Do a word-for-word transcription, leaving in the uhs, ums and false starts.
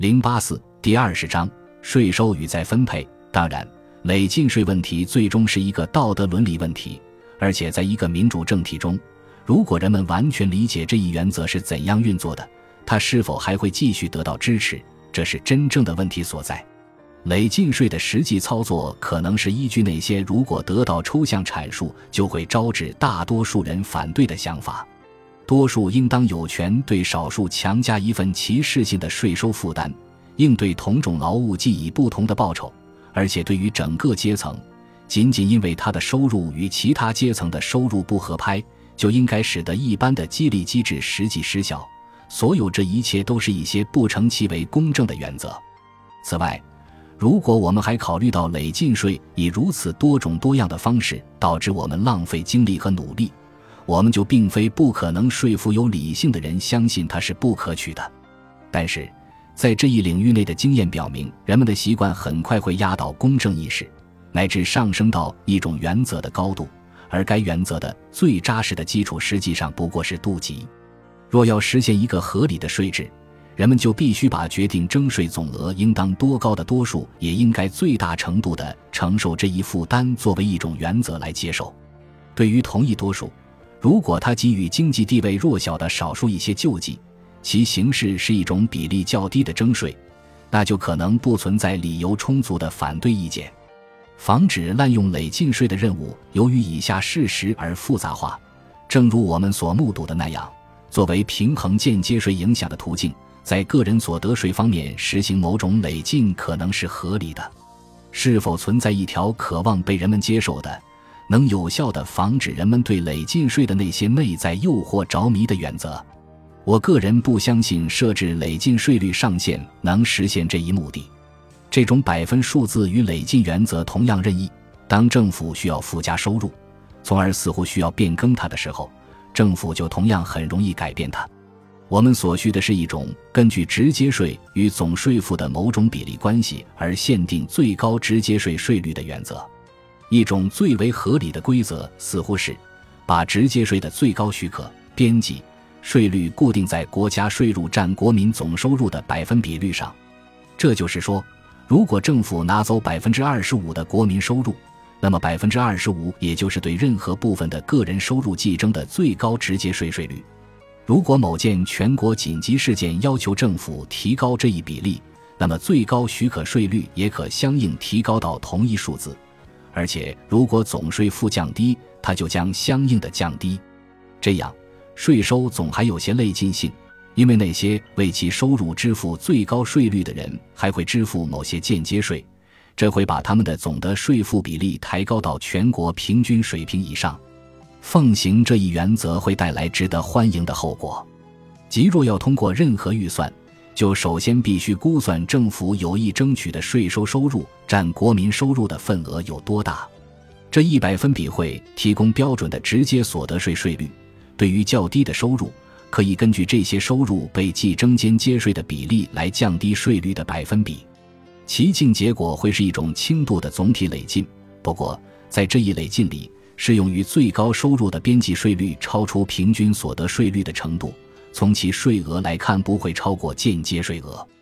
零八四第二十章税收与再分配。当然，累进税问题最终是一个道德伦理问题，而且在一个民主政体中，如果人们完全理解这一原则是怎样运作的，它是否还会继续得到支持，这是真正的问题所在。累进税的实际操作可能是依据那些如果得到抽象阐述就会招致大多数人反对的想法。多数应当有权对少数强加一份歧视性的税收负担，应对同种劳务给予不同的报酬，而且对于整个阶层，仅仅因为他的收入与其他阶层的收入不合拍，就应该使得一般的激励机制实际失效。所有这一切都是一些不成其为公正的原则。此外，如果我们还考虑到累进税以如此多种多样的方式导致我们浪费精力和努力，我们就并非不可能说服有理性的人相信它是不可取的。但是在这一领域内的经验表明，人们的习惯很快会压倒公正意识，乃至上升到一种原则的高度，而该原则的最扎实的基础实际上不过是妒忌。若要实现一个合理的税制，人们就必须把决定征税总额应当多高的多数也应该最大程度地承受这一负担作为一种原则来接受。对于同一多数，如果他给予经济地位弱小的少数一些救济，其形式是一种比例较低的征税，那就可能不存在理由充足的反对意见。防止滥用累进税的任务由于以下事实而复杂化，正如我们所目睹的那样，作为平衡间接税影响的途径，在个人所得税方面实行某种累进可能是合理的。是否存在一条渴望被人们接受的，能有效地防止人们对累进税的那些内在诱惑着迷的原则？我个人不相信设置累进税率上限能实现这一目的。这种百分数字与累进原则同样任意，当政府需要附加收入，从而似乎需要变更它的时候，政府就同样很容易改变它。我们所需的是一种根据直接税与总税负的某种比例关系而限定最高直接税税率的原则。一种最为合理的规则似乎是把直接税的最高许可边际税率固定在国家税入占国民总收入的百分比率上。这就是说，如果政府拿走 百分之二十五 的国民收入，那么 百分之二十五 也就是对任何部分的个人收入计征的最高直接税税率。如果某件全国紧急事件要求政府提高这一比例，那么最高许可税率也可相应提高到同一数字，而且如果总税负降低，它就将相应的降低。这样税收总还有些累进性，因为那些为其收入支付最高税率的人还会支付某些间接税，这会把他们的总的税负比例抬高到全国平均水平以上。奉行这一原则会带来值得欢迎的后果，即若要通过任何预算，就首先必须估算政府有意争取的税收收入占国民收入的份额有多大。这一百分比会提供标准的直接所得税税率，对于较低的收入，可以根据这些收入被计征间接税的比例来降低税率的百分比。其净结果会是一种轻度的总体累进，不过在这一累进里，适用于最高收入的边际税率超出平均所得税率的程度，从其税额来看不会超过间接税额。